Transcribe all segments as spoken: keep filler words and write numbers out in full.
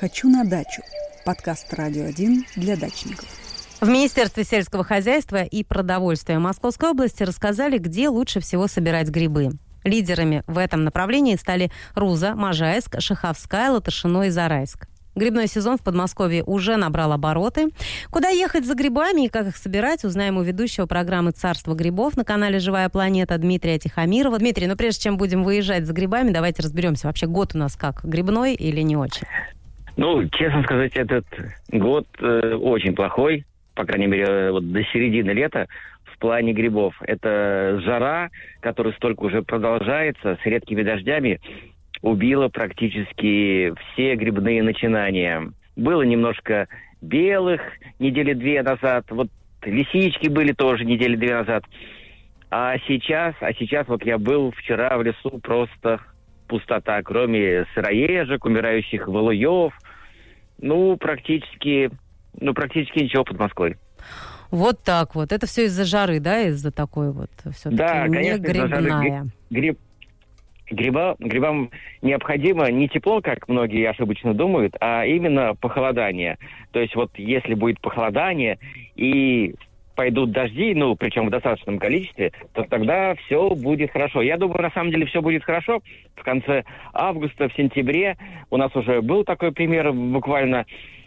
«Хочу на дачу» – подкаст «Радио один» для дачников. В Министерстве сельского хозяйства и продовольствия Московской области рассказали, где лучше всего собирать грибы. Лидерами в этом направлении стали Руза, Можайск, Шаховская, Латышино и Зарайск. Грибной сезон в Подмосковье уже набрал обороты. Куда ехать за грибами и как их собирать, узнаем у ведущего программы «Царство грибов» на канале «Живая планета» Дмитрия Тихомирова. Дмитрий, ну прежде чем будем выезжать за грибами, давайте разберемся, вообще год у нас как, грибной или не очень? Ну, честно сказать, этот год э, очень плохой, по крайней мере, вот до середины лета в плане грибов. Это жара, которая столько уже продолжается, с редкими дождями, убила практически все грибные начинания. Было немножко белых недели две назад, вот лисички были тоже недели две назад. А сейчас, а сейчас вот я был вчера в лесу, просто пустота, кроме сыроежек, умирающих валуев, ну, практически, ну, практически ничего под Москвой. Вот так вот. Это все из-за жары, да, из-за такой вот все-таки да, не конечно, грибная. Гриб, гриба, грибам необходимо не тепло, как многие ошибочно думают, а именно похолодание. То есть вот если будет похолодание и пойдут дожди, ну, причем в достаточном количестве, то тогда все будет хорошо. Я думаю, на самом деле все будет хорошо. В конце августа, в сентябре у нас уже был такой пример буквально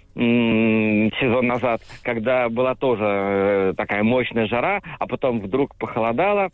м- сезон назад, когда была тоже э, такая мощная жара, а потом вдруг похолодало,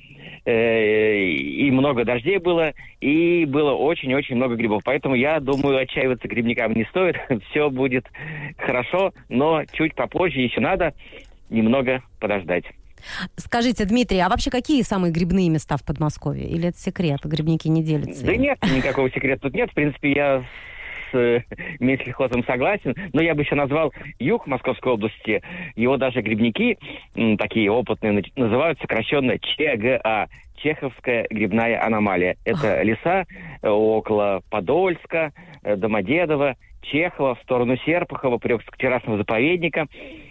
э- и много дождей было, и было очень-очень много грибов. Поэтому я думаю, отчаиваться грибникам не стоит. Все будет хорошо, но чуть попозже еще надо немного подождать. Скажите, Дмитрий, а вообще какие самые грибные места в Подмосковье? Или это секрет? Грибники не делятся? Да нет, никакого секрета тут нет. В принципе, я с э, Минсельхозом согласен. Но я бы еще назвал юг Московской области. Его даже грибники, м, такие опытные, называют сокращенно ЧГА. Чеховская грибная аномалия. Это леса э, около Подольска, э, Домодедово, Чехова, в сторону Серпухова, природно-террасного заповедника.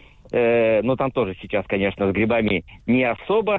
Но там тоже сейчас, конечно, с грибами не особо.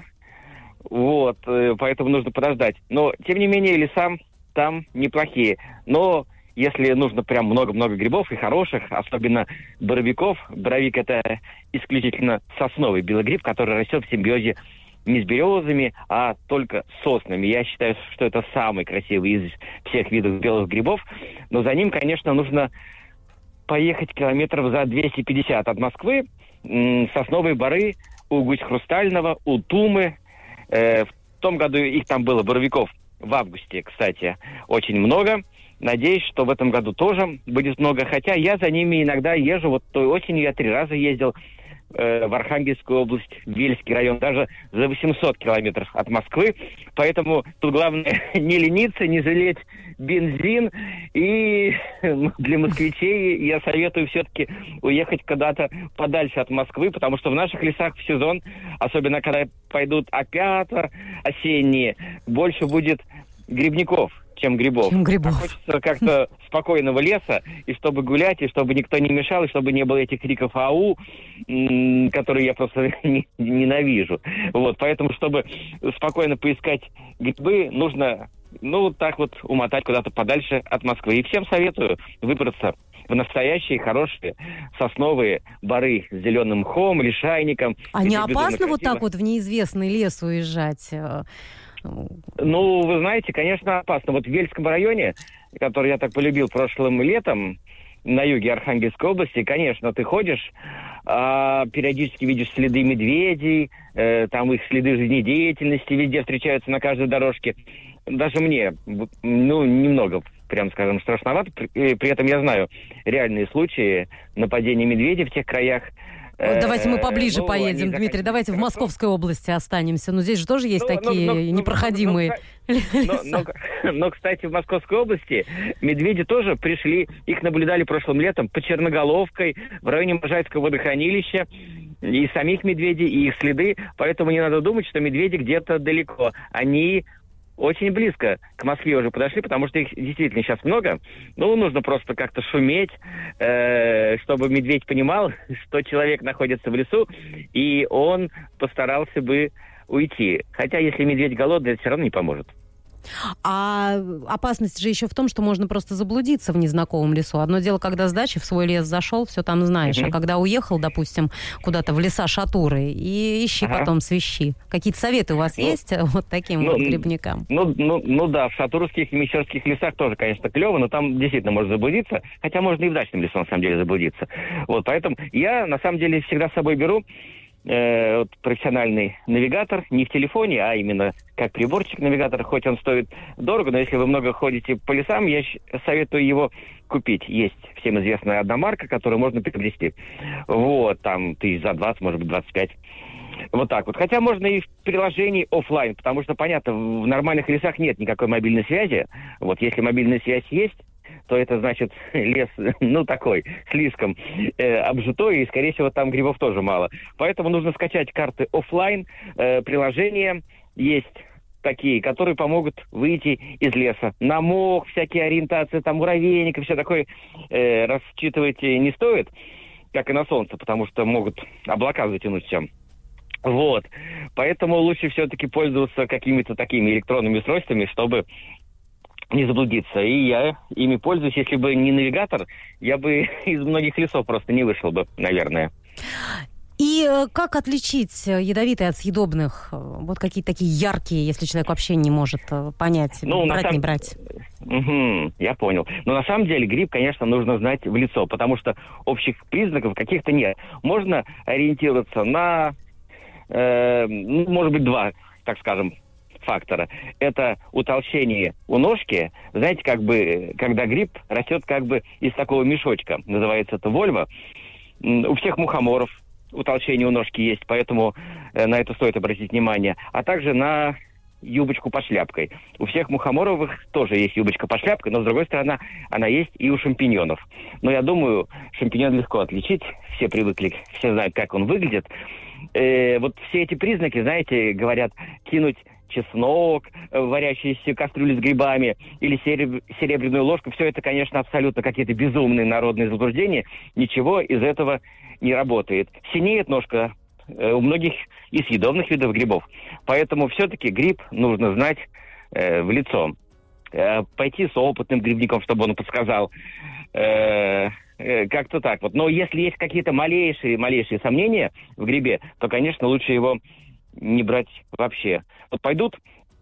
Вот, поэтому нужно подождать. Но, тем не менее, леса там неплохие. Но если нужно прям много-много грибов и хороших, особенно боровиков, боровик – это исключительно сосновый белый гриб, который растет в симбиозе не с березами, а только с соснами. Я считаю, что это самый красивый из всех видов белых грибов. Но за ним, конечно, нужно поехать километров за двести пятьдесят от Москвы. Сосновые боры у Гусь-Хрустального, у Тумы. Э, в том году их там было, боровиков, в августе, кстати, очень много. Надеюсь, что в этом году тоже будет много. Хотя я за ними иногда езжу. Вот той осенью я три раза ездил э, в Архангельскую область, в Вельский район, даже за восемьсот километров от Москвы. Поэтому тут главное не лениться, не жалеть бензин. И для москвичей я советую все-таки уехать куда-то подальше от Москвы, потому что в наших лесах в сезон, особенно когда пойдут опята осенние, больше будет грибников, чем грибов. Чем грибов. А хочется как-то спокойного леса, и чтобы гулять, и чтобы никто не мешал, и чтобы не было этих криков «Ау», которые я просто ненавижу. Вот, поэтому, чтобы спокойно поискать грибы, нужно, ну, вот так вот умотать куда-то подальше от Москвы. И всем советую выбраться в настоящие хорошие сосновые боры с зеленым мхом, лишайником. А не опасно вот так вот в неизвестный лес уезжать? Ну, вы знаете, конечно, опасно. Вот в Вельском районе, который я так полюбил прошлым летом, на юге Архангельской области, конечно, ты ходишь, а, периодически видишь следы медведей, э, там их следы жизнедеятельности везде встречаются на каждой дорожке. Даже мне, ну, немного, прям скажем, страшновато. При, при этом я знаю реальные случаи нападения медведей в тех краях. Вот давайте мы поближе ну, поедем, Дмитрий. Давайте в Московской области останемся. Но здесь же тоже есть ну, такие ну, ну, непроходимые ну, леса. Но, но, но, кстати, в Московской области медведи тоже пришли. Их наблюдали прошлым летом по Черноголовкой, в районе Можайского водохранилища. И самих медведей, и их следы. Поэтому не надо думать, что медведи где-то далеко. Они очень близко к Москве уже подошли, потому что их действительно сейчас много. Ну, нужно просто как-то шуметь, э, чтобы медведь понимал, что человек находится в лесу, и он постарался бы уйти. Хотя, если медведь голодный, это все равно не поможет. А опасность же еще в том, что можно просто заблудиться в незнакомом лесу. Одно дело, когда с дачи в свой лес зашел, все там знаешь. Mm-hmm. А когда уехал, допустим, куда-то в леса Шатуры, и ищи ага. потом свищи. Какие-то советы у вас ну, есть вот таким ну, вот грибникам? Ну, ну, ну да, в шатурских и мещерских лесах тоже, конечно, клево, но там действительно можно заблудиться. Хотя можно и в дачном лесу, на самом деле, заблудиться. Вот, поэтому я, на самом деле, всегда с собой беру э, вот, профессиональный навигатор, не в телефоне, а именно как приборчик навигатора, хоть он стоит дорого, но если вы много ходите по лесам, я советую его купить. Есть всем известная одна марка, которую можно приобрести. Вот, там тысяч за двадцать, может быть, двадцать пять. Вот так вот. Хотя можно и в приложении офлайн, потому что, понятно, в нормальных лесах нет никакой мобильной связи. Вот если мобильная связь есть, то это значит лес, ну, такой, слишком э, обжитой, и, скорее всего, там грибов тоже мало. Поэтому нужно скачать карты офлайн, э, приложения есть такие, которые помогут выйти из леса. На мох, всякие ориентации, там, муравейник и все такое э, рассчитывать не стоит, как и на солнце, потому что могут облака затянуть все. Вот. Поэтому лучше все-таки пользоваться какими-то такими электронными устройствами, чтобы не заблудиться. И я ими пользуюсь. Если бы не навигатор, я бы из многих лесов просто не вышел бы, наверное. И как отличить ядовитые от съедобных? Вот какие-то такие яркие, если человек вообще не может понять, ну, брать, сам... не брать. Угу, я понял. Но на самом деле гриб, конечно, нужно знать в лицо, потому что общих признаков каких-то нет. Можно ориентироваться на, э, ну, может быть, два, так скажем, фактора. Это утолщение у ножки. Знаете, как бы, когда гриб растет как бы из такого мешочка, называется это вольва. У всех мухоморов утолщение у ножки есть, поэтому э, на это стоит обратить внимание. А также на юбочку под шляпкой. У всех мухоморовых тоже есть юбочка под шляпкой, но, с другой стороны, она есть и у шампиньонов. Но я думаю, шампиньон легко отличить. Все привыкли, все знают, как он выглядит. Э, вот все эти признаки, знаете, говорят, кинуть чеснок, варящуюся кастрюлю с грибами или сереб... серебряную ложку. Все это, конечно, абсолютно какие-то безумные народные заблуждения. Ничего из этого не работает. Синеет ножка э, у многих и съедобных видов грибов. Поэтому все-таки гриб нужно знать э, в лицо. Э, пойти с опытным грибником, чтобы он подсказал. Э, э, как-то так вот. Но если есть какие-то малейшие, малейшие сомнения в грибе, то, конечно, лучше его не брать вообще. Вот пойдут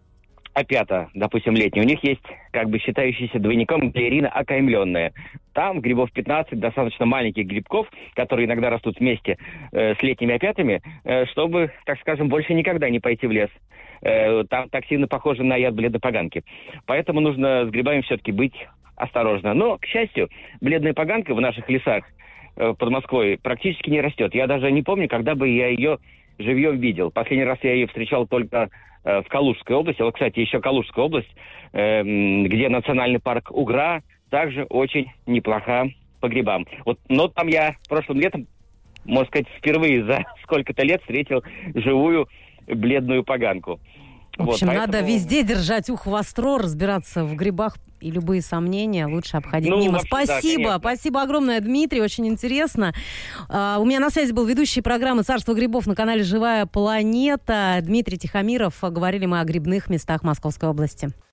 опята, допустим, летние, у них есть, как бы считающиеся двойником, глиерина окаймленная. Там грибов пятнадцать, достаточно маленьких грибков, которые иногда растут вместе э, с летними опятами, э, чтобы, так скажем, больше никогда не пойти в лес. Э, там так сильно похоже на яд бледной поганки. Поэтому нужно с грибами все-таки быть осторожно. Но, к счастью, бледная поганка в наших лесах э, под Москвой практически не растет. Я даже не помню, когда бы я ее живьем видел. Последний раз я ее встречал только э, в Калужской области. Вот, кстати, еще Калужская область, э, где национальный парк Угра, также очень неплоха по грибам. Вот, но там я прошлым летом, можно сказать, впервые за сколько-то лет встретил живую бледную поганку. В общем, вот, поэтому... надо везде держать ухо востро, разбираться в грибах, и любые сомнения лучше обходить ну, мимо. Вообще, спасибо, да, спасибо огромное, Дмитрий, очень интересно. Uh, у меня на связи был ведущий программы «Царство грибов» на канале «Живая планета» Дмитрий Тихомиров. Говорили мы о грибных местах Московской области.